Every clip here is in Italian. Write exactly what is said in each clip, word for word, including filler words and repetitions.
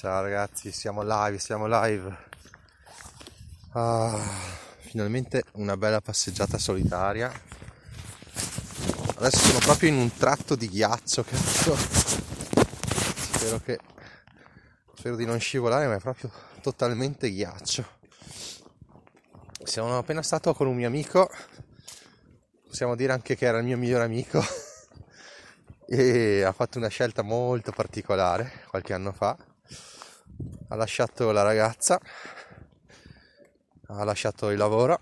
Ciao ragazzi, siamo live, siamo live. Ah, finalmente una bella passeggiata solitaria. Adesso sono proprio in un tratto di ghiaccio, cazzo. Spero che spero di non scivolare, ma è proprio totalmente ghiaccio. Sono appena stato con un mio amico, possiamo dire anche che era il mio migliore amico, e ha fatto una scelta molto particolare qualche anno fa. Ha lasciato la ragazza, ha lasciato il lavoro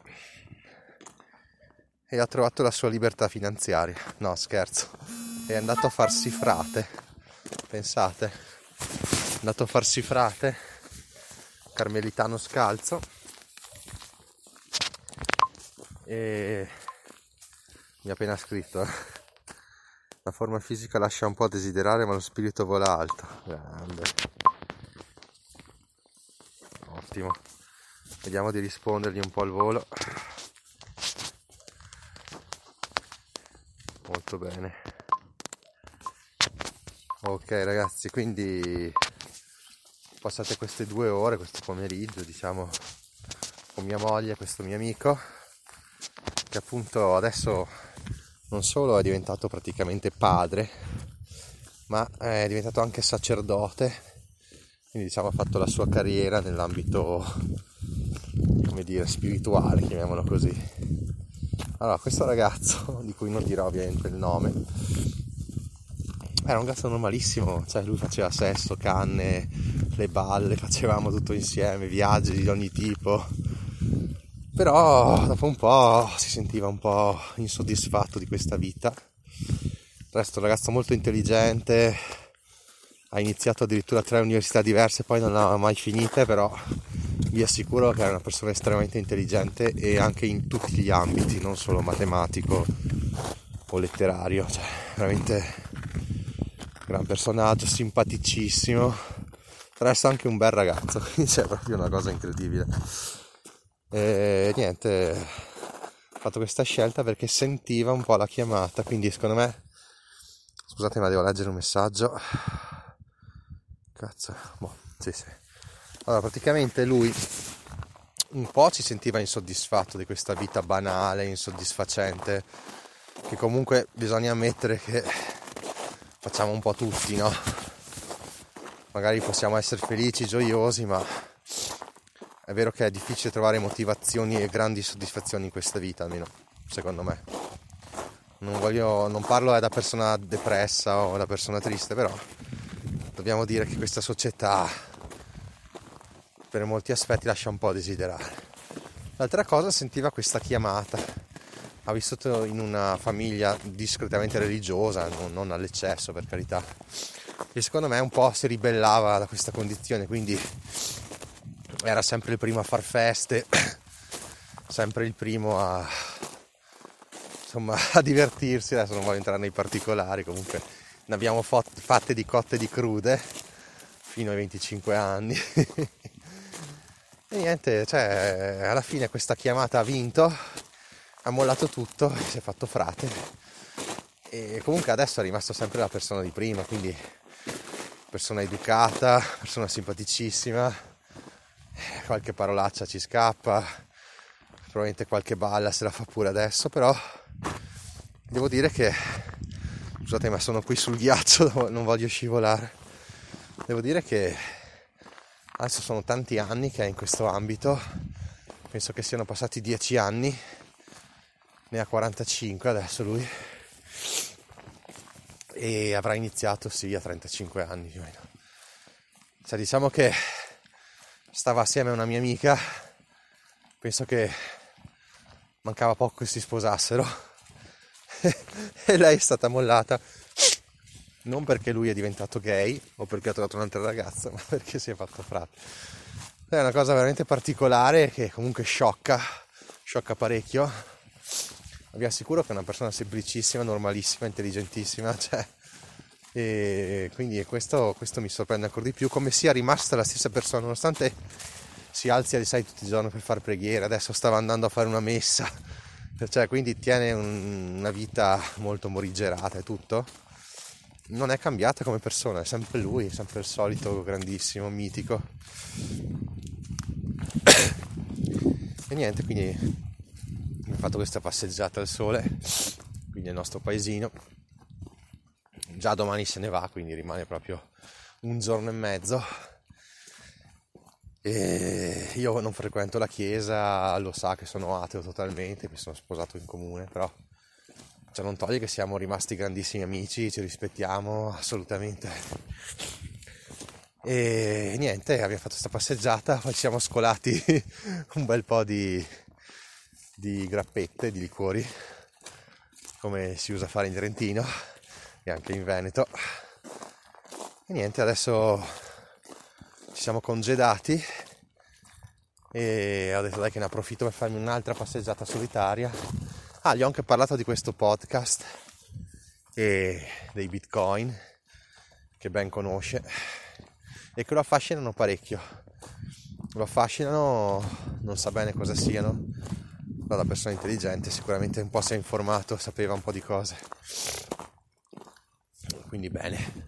e ha trovato la sua libertà finanziaria. No, scherzo, è andato a farsi frate. Pensate, è andato a farsi frate, carmelitano scalzo, e mi ha appena scritto: la forma fisica lascia un po' a desiderare, ma lo spirito vola alto. Grande. Ottimo. Vediamo di rispondergli un po' al volo. Molto bene. Ok ragazzi, quindi passate queste due ore, questo pomeriggio, diciamo, con mia moglie e questo mio amico, che appunto adesso non solo è diventato praticamente padre, ma è diventato anche sacerdote. Quindi diciamo ha fatto la sua carriera nell'ambito, come dire, spirituale, chiamiamolo così. Allora, questo ragazzo, di cui non dirò ovviamente il nome, era un ragazzo normalissimo, cioè lui faceva sesso, canne, le balle, facevamo tutto insieme, viaggi di ogni tipo, però dopo un po' si sentiva un po' insoddisfatto di questa vita. Il resto, un ragazzo molto intelligente, ha iniziato addirittura tre università diverse, poi non ha mai finite, però vi assicuro che è una persona estremamente intelligente, e anche in tutti gli ambiti, non solo matematico o letterario, cioè veramente gran personaggio, simpaticissimo, resto anche un bel ragazzo, quindi c'è proprio una cosa incredibile. E niente, ho fatto questa scelta perché sentiva un po' la chiamata, quindi secondo me, scusate ma devo leggere un messaggio. Cazzo, boh, sì sì. Allora, praticamente lui un po' si sentiva insoddisfatto di questa vita banale, insoddisfacente, che comunque bisogna ammettere che facciamo un po' tutti, no? Magari possiamo essere felici, gioiosi, ma è vero che è difficile trovare motivazioni e grandi soddisfazioni in questa vita, almeno secondo me. Non voglio, non parlo da persona depressa o da persona triste, però dobbiamo dire che questa società per molti aspetti lascia un po' a desiderare. L'altra cosa, sentiva questa chiamata. Ha vissuto in una famiglia discretamente religiosa, non, non all'eccesso per carità, e secondo me un po' si ribellava da questa condizione, quindi era sempre il primo a far feste, sempre il primo a insomma a divertirsi. Adesso non voglio entrare nei particolari, comunque ne abbiamo fatte di cotte e di crude fino ai venticinque anni. E niente, cioè alla fine questa chiamata ha vinto, ha mollato tutto, si è fatto frate, e comunque adesso è rimasto sempre la persona di prima, quindi persona educata, persona simpaticissima, qualche parolaccia ci scappa, probabilmente qualche balla se la fa pure adesso, però devo dire che, scusate ma sono qui sul ghiaccio, non voglio scivolare, devo dire che adesso sono tanti anni che è in questo ambito, penso che siano passati dieci anni, ne ha quarantacinque adesso lui, e avrà iniziato sì a trentacinque anni più o meno. Cioè diciamo che stava assieme a una mia amica, penso che mancava poco che si sposassero e lei è stata mollata, non perché lui è diventato gay o perché ha trovato un'altra ragazza, ma perché si è fatto frate. È una cosa veramente particolare che comunque sciocca, sciocca parecchio. Vi assicuro che è una persona semplicissima, normalissima, intelligentissima, cioè, e quindi questo, questo mi sorprende ancora di più, come sia rimasta la stessa persona, nonostante si alzi alle sei tutti i giorni per fare preghiera, adesso stava andando a fare una messa, cioè quindi tiene un, una vita molto morigerata e tutto. non è cambiata come persona, è sempre lui, è sempre il solito grandissimo, mitico. E niente, quindi ho fatto questa passeggiata al sole, quindi nel nostro paesino. Già domani se ne va, quindi rimane proprio un giorno e mezzo. E io non frequento la chiesa, lo sa che sono ateo totalmente, mi sono sposato in comune, però cioè, non toglie che siamo rimasti grandissimi amici, ci rispettiamo assolutamente. E niente, abbiamo fatto questa passeggiata, poi ci siamo scolati un bel po' di, di grappette, di liquori, come si usa a fare in Trentino e anche in Veneto. E niente, adesso ci siamo congedati e ho detto dai che ne approfitto per farmi un'altra passeggiata solitaria. Ah, gli ho anche parlato di questo podcast e dei bitcoin che ben conosce e che lo affascinano parecchio. Lo affascinano, non sa bene cosa siano, però da persona intelligente sicuramente un po' si è informato, sapeva un po' di cose. Quindi bene.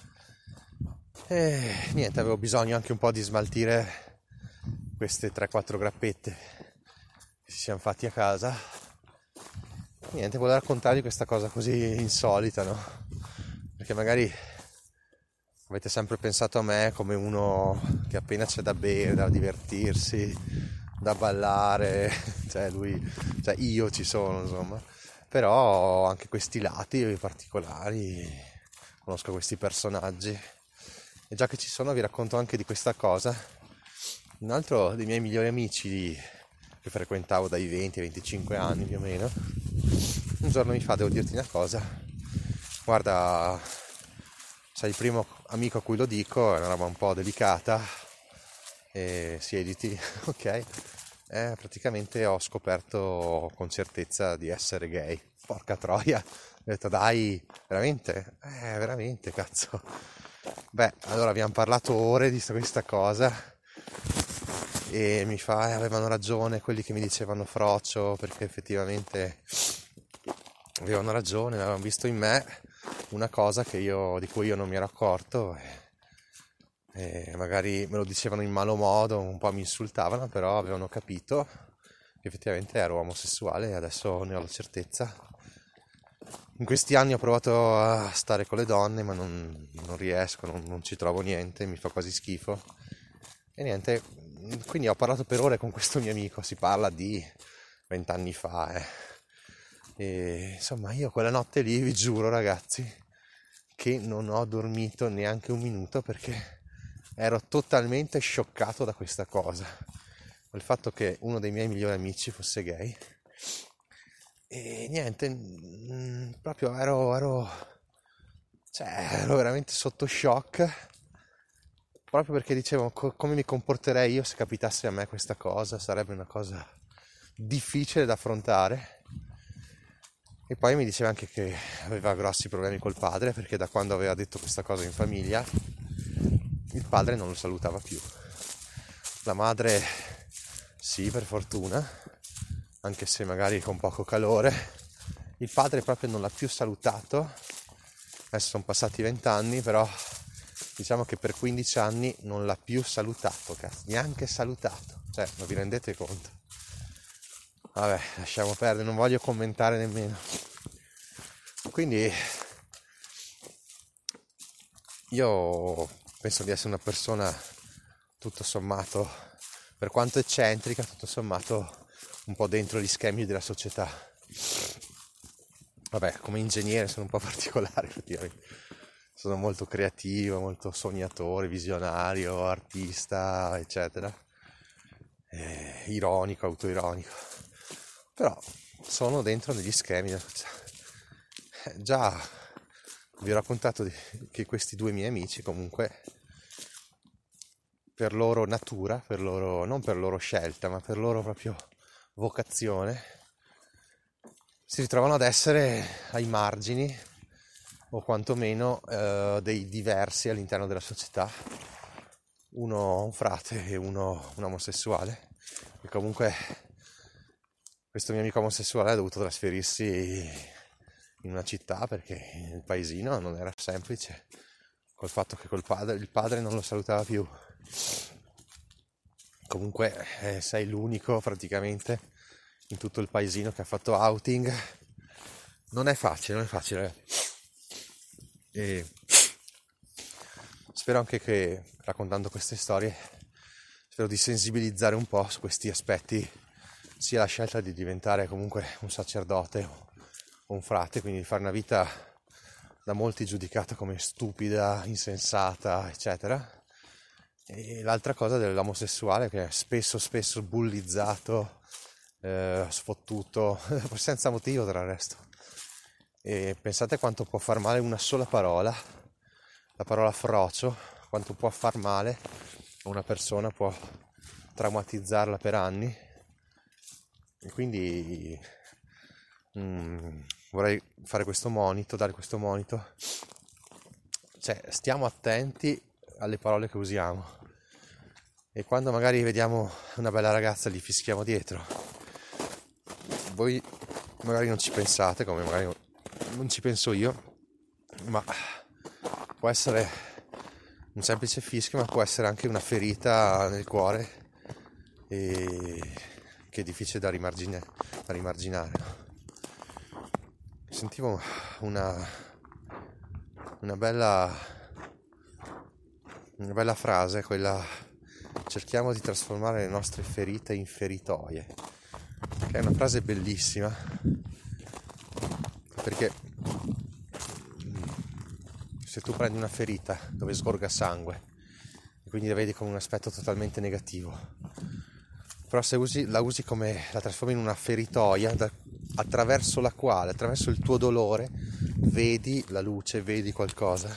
E niente, avevo bisogno anche un po' di smaltire queste tre quattro grappette che ci siamo fatti a casa. Niente, volevo raccontarvi questa cosa così insolita, no? Perché magari avete sempre pensato a me come uno che appena c'è da bere, da divertirsi, da ballare, cioè lui, cioè io ci sono, insomma. Però anche questi lati particolari, conosco questi personaggi. E già che ci sono vi racconto anche di questa cosa. Un altro dei miei migliori amici che frequentavo dai venti ai venticinque anni più o meno, un giorno mi fa: devo dirti una cosa, guarda, sei il primo amico a cui lo dico, è una roba un po' delicata, e siediti, ok? Eh, praticamente ho scoperto con certezza di essere gay. Porca troia, ho detto dai, veramente? Eh, veramente, cazzo. Beh, allora abbiamo parlato ore di questa cosa e mi fa, eh, avevano ragione quelli che mi dicevano frocio, perché effettivamente avevano ragione, avevano visto in me una cosa che io, di cui io non mi ero accorto e, e magari me lo dicevano in malo modo, un po' mi insultavano, però avevano capito che effettivamente ero omosessuale e adesso ne ho la certezza. In questi anni ho provato a stare con le donne, ma non, non riesco, non, non ci trovo niente, mi fa quasi schifo. E niente, quindi ho parlato per ore con questo mio amico, si parla di vent'anni fa, eh. E insomma io quella notte lì vi giuro ragazzi che non ho dormito neanche un minuto perché ero totalmente scioccato da questa cosa, il fatto che uno dei miei migliori amici fosse gay. E niente, mh, proprio ero, ero, cioè, ero veramente sotto shock, proprio perché dicevo co- come mi comporterei io se capitasse a me questa cosa, sarebbe una cosa difficile da affrontare. E poi mi diceva anche che aveva grossi problemi col padre, perché da quando aveva detto questa cosa in famiglia il padre non lo salutava più. La madre sì, per fortuna, anche se magari con poco calore. Il padre proprio non l'ha più salutato. Adesso sono passati vent'anni, però diciamo che per quindici anni non l'ha più salutato, cazzo, neanche salutato, cioè non vi rendete conto? Vabbè, lasciamo perdere, non voglio commentare nemmeno. Quindi io penso di essere una persona tutto sommato, per quanto eccentrica, tutto sommato un po' dentro gli schemi della società. Vabbè, come ingegnere sono un po' particolare effettivamente, sono molto creativo, molto sognatore, visionario, artista, eccetera, eh, ironico, autoironico, però sono dentro negli schemi della società. Eh, già vi ho raccontato di, che questi due miei amici comunque per loro natura, per loro, non per loro scelta, ma per loro proprio vocazione, si ritrovano ad essere ai margini o quantomeno eh, dei diversi all'interno della società, uno un frate e uno un omosessuale, e comunque questo mio amico omosessuale ha dovuto trasferirsi in una città, perché il paesino non era semplice, col fatto che col padre, il padre non lo salutava più. Comunque eh, sei l'unico praticamente in tutto il paesino che ha fatto outing. Non è facile, non è facile, ragazzi. E spero anche che, raccontando queste storie, spero di sensibilizzare un po' su questi aspetti, sia la scelta di diventare comunque un sacerdote o un frate, quindi di fare una vita da molti giudicata come stupida, insensata, eccetera, e l'altra cosa dell'omosessuale, che è spesso spesso bullizzato, eh, sfottuto senza motivo, tra il resto. E pensate quanto può far male una sola parola, la parola frocio, quanto può far male a una persona, può traumatizzarla per anni. E quindi mm, vorrei fare questo monito, dare questo monito, cioè stiamo attenti alle parole che usiamo, e quando magari vediamo una bella ragazza gli fischiamo dietro, voi magari non ci pensate, come magari non ci penso io, ma può essere un semplice fischio, ma può essere anche una ferita nel cuore e che è difficile da, rimargine, da rimarginare. Sentivo una una bella una bella frase, quella: cerchiamo di trasformare le nostre ferite in feritoie, che è una frase bellissima, perché se tu prendi una ferita dove sgorga sangue e quindi la vedi come un aspetto totalmente negativo, però se usi, la usi come, la trasformi in una feritoia da, attraverso la quale, attraverso il tuo dolore, vedi la luce, vedi qualcosa,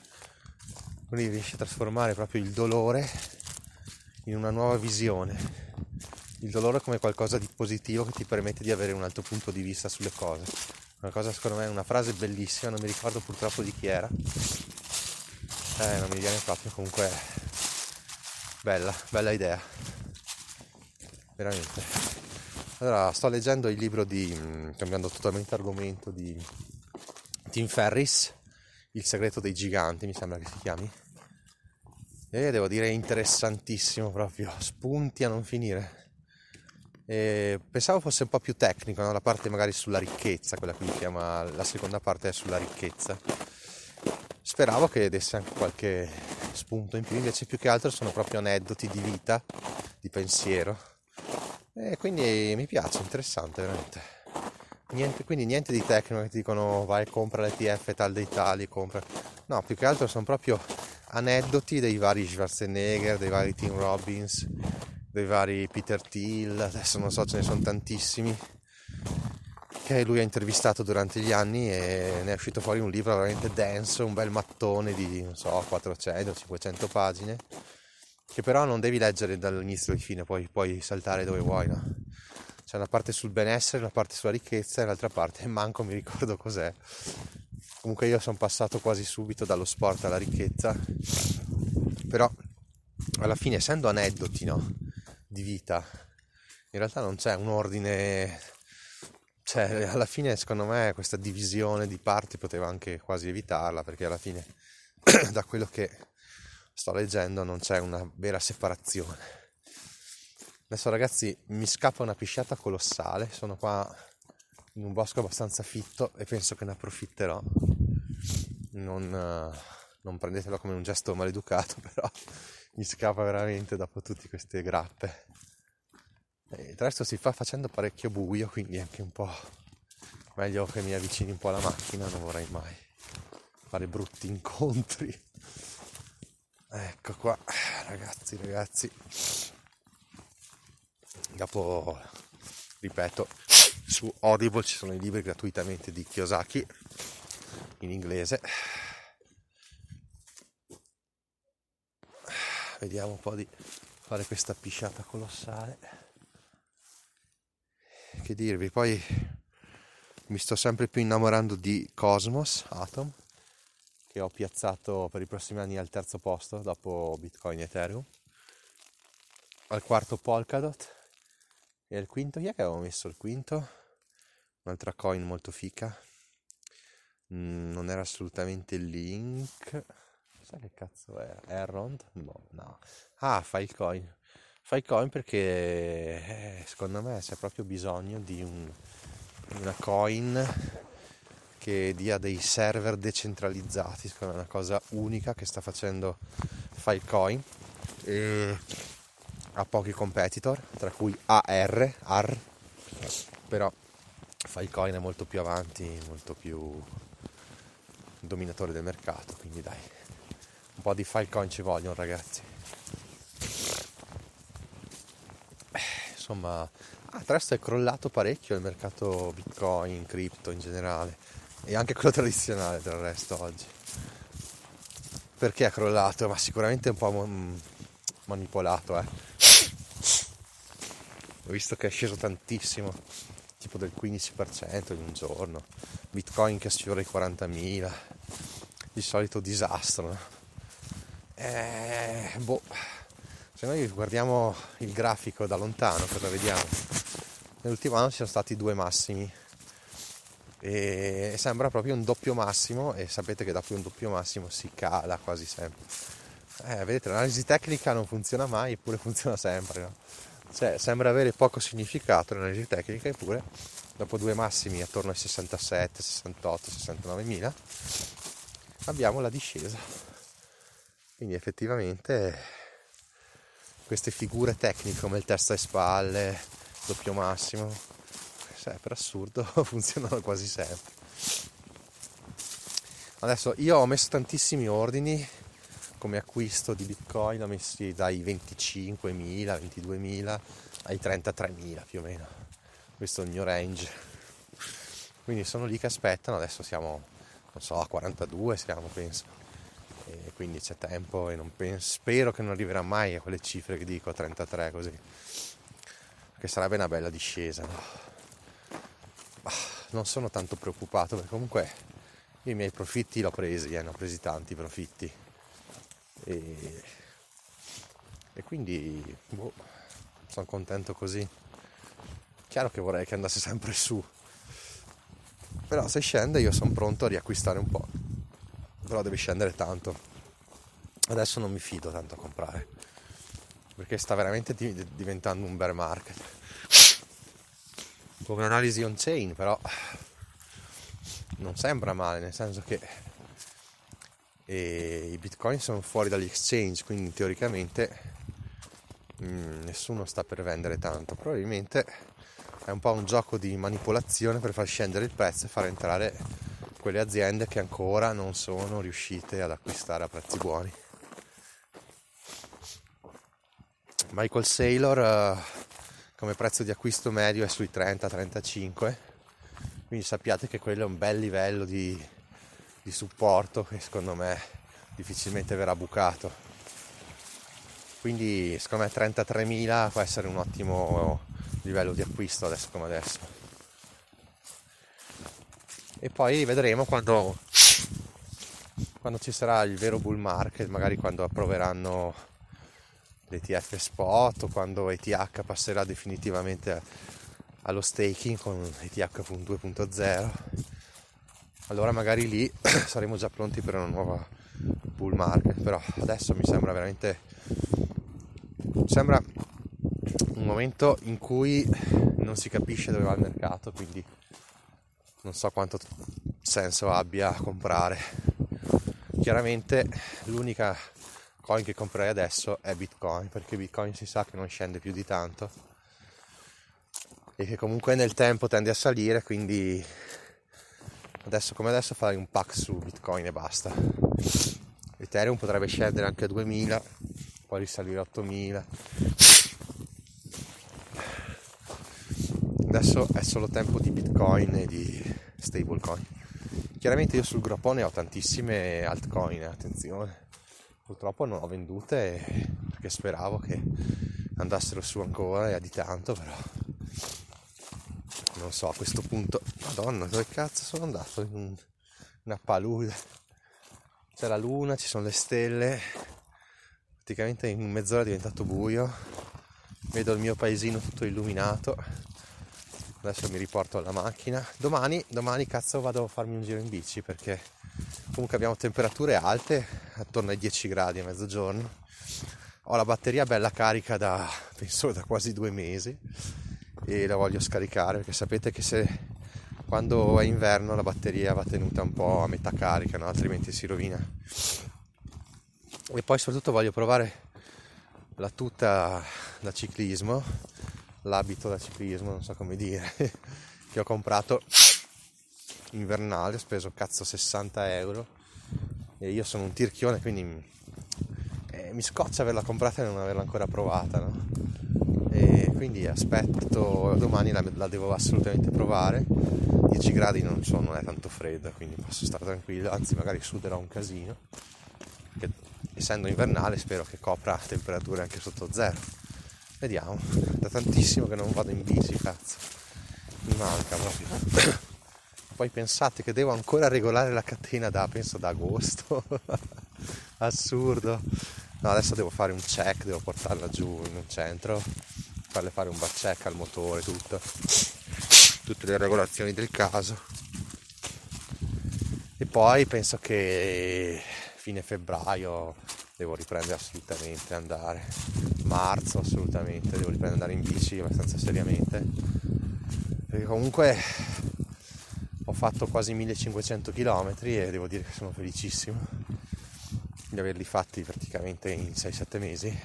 quindi riesci a trasformare proprio il dolore in una nuova visione, il dolore come qualcosa di positivo che ti permette di avere un altro punto di vista sulle cose. Una cosa, secondo me, una frase bellissima, non mi ricordo purtroppo di chi era, eh, non mi viene proprio, comunque bella, bella idea, veramente. Allora, sto leggendo il libro di, cambiando totalmente argomento, di Tim Ferriss, Il segreto dei giganti, mi sembra che si chiami, e devo dire interessantissimo, proprio spunti a non finire. E pensavo fosse un po' più tecnico, no? La parte magari sulla ricchezza, quella che lui chiama, la seconda parte è sulla ricchezza. Speravo che desse anche qualche spunto in più, invece più che altro sono proprio aneddoti di vita, di pensiero, e quindi mi piace, interessante veramente. Niente, quindi niente di tecnico che ti dicono vai, compra l'E T F tal dei tali, compra. No, più che altro sono proprio aneddoti dei vari Schwarzenegger, dei vari Tim Robbins, dei vari Peter Thiel, adesso non so, ce ne sono tantissimi, che lui ha intervistato durante gli anni, e ne è uscito fuori un libro veramente denso, un bel mattone di, non so, quattrocento cinquecento pagine, che però non devi leggere dall'inizio al fine, poi puoi saltare dove vuoi, no? C'è una parte sul benessere, una parte sulla ricchezza e l'altra parte manco mi ricordo cos'è. Comunque io sono passato quasi subito dallo sport alla ricchezza, però alla fine, essendo aneddoti, no, di vita, in realtà non c'è un ordine, cioè alla fine secondo me questa divisione di parti poteva anche quasi evitarla, perché alla fine da quello che sto leggendo non c'è una vera separazione. Adesso ragazzi mi scappa una pisciata colossale, sono qua in un bosco abbastanza fitto e penso che ne approfitterò. Non, non prendetelo come un gesto maleducato, però mi scappa veramente dopo tutte queste grappe. E il resto si fa facendo parecchio buio, quindi è anche un po' meglio che mi avvicini un po' alla macchina, non vorrei mai fare brutti incontri. Ecco qua, ragazzi, ragazzi. Dopo, ripeto, su Audible ci sono i libri gratuitamente di Kiyosaki in inglese. Vediamo un po' di fare questa pisciata colossale. Che dirvi, poi mi sto sempre più innamorando di Cosmos Atom, che ho piazzato per i prossimi anni al terzo posto dopo Bitcoin e Ethereum, al quarto Polkadot, e al quinto, chi è che avevo messo il quinto? Un'altra coin molto fica. mm, non era assolutamente Link. Sai che cazzo è? Errond? No, no. Ah, Filecoin. Filecoin perché eh, secondo me c'è proprio bisogno di un, una coin che dia dei server decentralizzati. Secondo me è una cosa unica che sta facendo Filecoin. E ha pochi competitor, tra cui A R, A R, però Filecoin è molto più avanti, molto più dominatore del mercato, quindi dai, un po' di Filecoin ci vogliono, ragazzi. Insomma, ah, tra l'altro è crollato parecchio il mercato Bitcoin, cripto in generale, e anche quello tradizionale del resto oggi. Perché è crollato? Ma sicuramente un po' manipolato, eh. Ho visto che è sceso tantissimo, tipo del quindici per cento in un giorno, Bitcoin che sfiora i quarantamila, il solito disastro, no? Eh, boh, se noi guardiamo il grafico da lontano, cosa vediamo? Nell'ultimo anno ci sono stati due massimi e sembra proprio un doppio massimo, e sapete che dopo un doppio massimo si cala quasi sempre. Eh, vedete, l'analisi tecnica non funziona mai, eppure funziona sempre, no? Cioè, sembra avere poco significato l'analisi tecnica, eppure dopo due massimi attorno ai sessantasette, sessantotto, sessantanove mila abbiamo la discesa. Quindi effettivamente queste figure tecniche come il testa e spalle, doppio massimo, cioè, per assurdo funzionano quasi sempre. Adesso io ho messo tantissimi ordini come acquisto di Bitcoin, ho messi dai venticinquemila, ventiduemila ai trentatremila più o meno, questo è il mio range, quindi sono lì che aspettano. Adesso siamo, non so, a quarantadue siamo, penso, e quindi c'è tempo e non penso, spero che non arriverà mai a quelle cifre che dico, a trentatré così, che sarebbe una bella discesa, no? Bah, non sono tanto preoccupato perché comunque io i miei profitti l'ho presi, eh, ne ho presi tanti profitti. E, e quindi boh, sono contento così. Chiaro che vorrei che andasse sempre su, però se scende io sono pronto a riacquistare un po', però deve scendere tanto. Adesso non mi fido tanto a comprare perché sta veramente diventando un bear market, come analisi on chain, però non sembra male, nel senso che e i bitcoin sono fuori dagli exchange, quindi teoricamente mh, nessuno sta per vendere tanto. Probabilmente è un po' un gioco di manipolazione per far scendere il prezzo e far entrare quelle aziende che ancora non sono riuscite ad acquistare a prezzi buoni. Michael Saylor uh, come prezzo di acquisto medio è sui trenta trentacinque, quindi sappiate che quello è un bel livello di di supporto che secondo me difficilmente verrà bucato, quindi secondo me trentatremila può essere un ottimo livello di acquisto adesso come adesso, e poi vedremo quando quando ci sarà il vero bull market, magari quando approveranno l'E T F spot o quando E T H passerà definitivamente allo staking con E T H due punto zero. Allora magari lì saremo già pronti per una nuova bull market, però adesso mi sembra veramente sembra un momento in cui non si capisce dove va il mercato, quindi non so quanto senso abbia comprare. Chiaramente l'unica coin che comprerei adesso è Bitcoin, perché Bitcoin si sa che non scende più di tanto e che comunque nel tempo tende a salire, quindi adesso come adesso farei un pack su Bitcoin e basta. Ethereum potrebbe scendere anche a duemila, poi risalire a ottomila. Adesso è solo tempo di Bitcoin e di stablecoin. Chiaramente io sul groppone ho tantissime altcoin, attenzione. Purtroppo non ho vendute perché speravo che andassero su ancora e di tanto, però non so a questo punto. Madonna, dove cazzo sono andato? In una palude, c'è la luna, ci sono le stelle, praticamente in mezz'ora è diventato buio, vedo il mio paesino tutto illuminato, Adesso mi riporto alla macchina. Domani, domani cazzo vado a farmi un giro in bici, perché comunque abbiamo temperature alte, attorno ai dieci gradi a mezzogiorno. Ho la batteria bella carica da, penso, da quasi due mesi e la voglio scaricare, perché sapete che se quando è inverno la batteria va tenuta un po' a metà carica, no? Altrimenti si rovina. E poi soprattutto voglio provare la tuta da ciclismo, l'abito da ciclismo, non so come dire, che ho comprato invernale, ho speso cazzo sessanta euro e io sono un tirchione, quindi eh, mi scoccia averla comprata e non averla ancora provata, no? E quindi aspetto, domani la, la devo assolutamente provare. Dieci gradi non so, non è tanto fredda, quindi posso stare tranquillo, anzi magari suderò un casino, che, essendo invernale spero che copra temperature anche sotto zero. Vediamo, da tantissimo che non vado in bici, cazzo, mi manca proprio. Poi pensate che devo ancora regolare la catena da, penso, da agosto. Assurdo. No, adesso devo fare un check, devo portarla giù in un centro, farle fare un back check al motore, tutto, tutte le regolazioni del caso. E poi penso che fine febbraio devo riprendere assolutamente andare, marzo assolutamente devo riprendere andare in bici abbastanza seriamente, perché comunque ho fatto quasi millecinquecento chilometri e devo dire che sono felicissimo di averli fatti praticamente in sei sette mesi,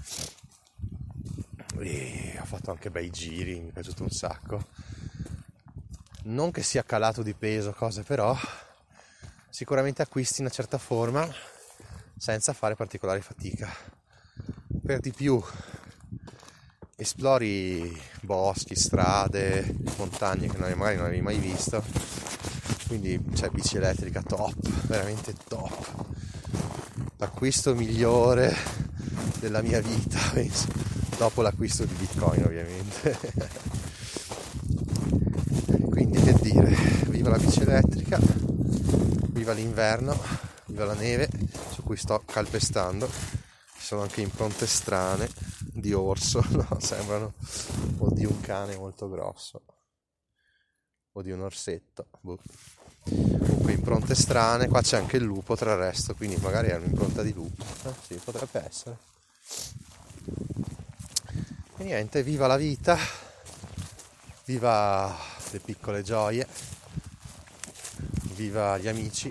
e ho fatto anche bei giri, mi è piaciuto un sacco. Non che sia calato di peso, cose, però sicuramente acquisti una certa forma senza fare particolare fatica. Per di più esplori boschi, strade, montagne che magari non avevi mai visto, quindi c'è bici elettrica top, veramente top. L'acquisto migliore della mia vita, penso, dopo l'acquisto di Bitcoin ovviamente. Quindi che dire, viva la bici elettrica, viva l'inverno, viva la neve su cui sto calpestando. Ci sono anche impronte strane di orso, no? Sembrano o di un cane molto grosso o di un orsetto, boh. Comunque impronte strane, qua c'è anche il lupo tra il resto, quindi magari è un'impronta di lupo, eh, sì, potrebbe essere. E niente, viva la vita, viva le piccole gioie, viva gli amici,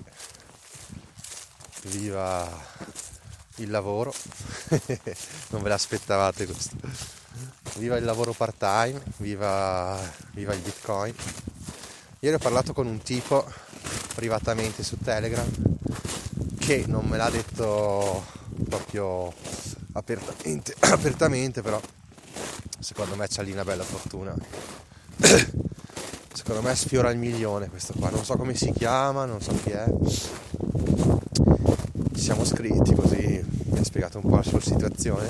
viva il lavoro. Non ve l'aspettavate questo. Viva il lavoro part time, viva, viva il Bitcoin. Ieri ho parlato con un tipo privatamente su Telegram che non me l'ha detto proprio apertamente, apertamente, però secondo me c'ha lì una bella fortuna. Secondo me sfiora il milione questo qua, non so come si chiama, non so chi è. Ci siamo scritti, così mi ha spiegato un po' la sua situazione.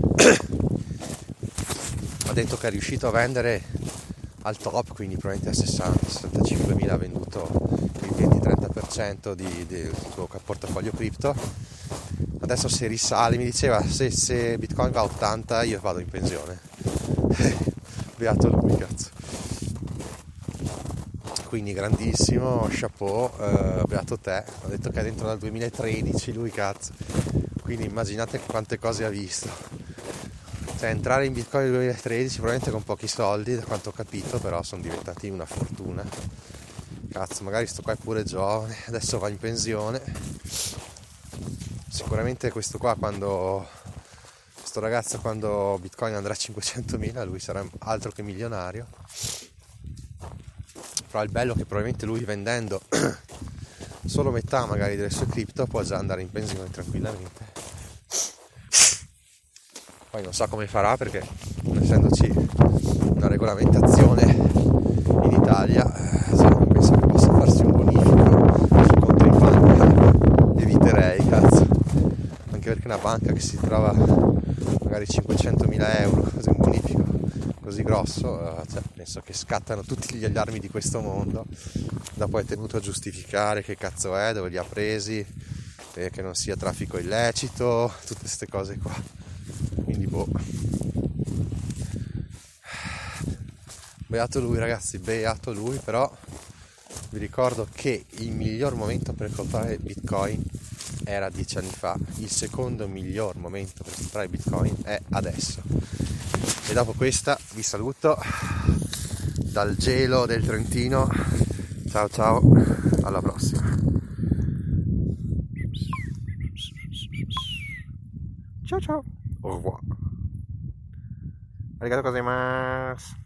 Ha detto che è riuscito a vendere al top, quindi probabilmente a sessanta sessantacinque mila ha venduto il venti trenta per cento di, del suo portafoglio cripto. Adesso se risale, mi diceva, se, se Bitcoin va a ottanta io vado in pensione. Beato lui, cazzo. Quindi grandissimo, chapeau, eh, beato te. Ha detto che è dentro dal duemilatredici lui, cazzo. Quindi immaginate quante cose ha visto. Cioè entrare in Bitcoin nel duemilatredici probabilmente con pochi soldi, da quanto ho capito, però sono diventati una fortuna. Cazzo, magari sto qua è pure giovane, adesso va in pensione. Sicuramente questo qua, quando questo ragazzo, quando Bitcoin andrà a cinquecentomila, lui sarà altro che milionario. Però il bello è che probabilmente lui, vendendo solo metà magari delle sue cripto, può già andare in pensione tranquillamente. Poi non so come farà, perché non essendoci una regolamentazione in Italia, cioè, non penso che possa farsi un bonifico sul conto in banca. Eviterei, cazzo. Anche perché una banca che si trova magari cinquecentomila euro, così un bonifico così grosso, cioè, penso che scattano tutti gli allarmi di questo mondo. Dopo è tenuto a giustificare che cazzo è, dove li ha presi, che non sia traffico illecito, tutte queste cose qua. Quindi boh, beato lui ragazzi, beato lui, però vi ricordo che il miglior momento per comprare Bitcoin era dieci anni fa, il secondo miglior momento per comprare Bitcoin è adesso. E dopo questa vi saluto dal gelo del Trentino, ciao ciao, alla prossima. Ciao ciao, au revoir. Arigato gozaimasu.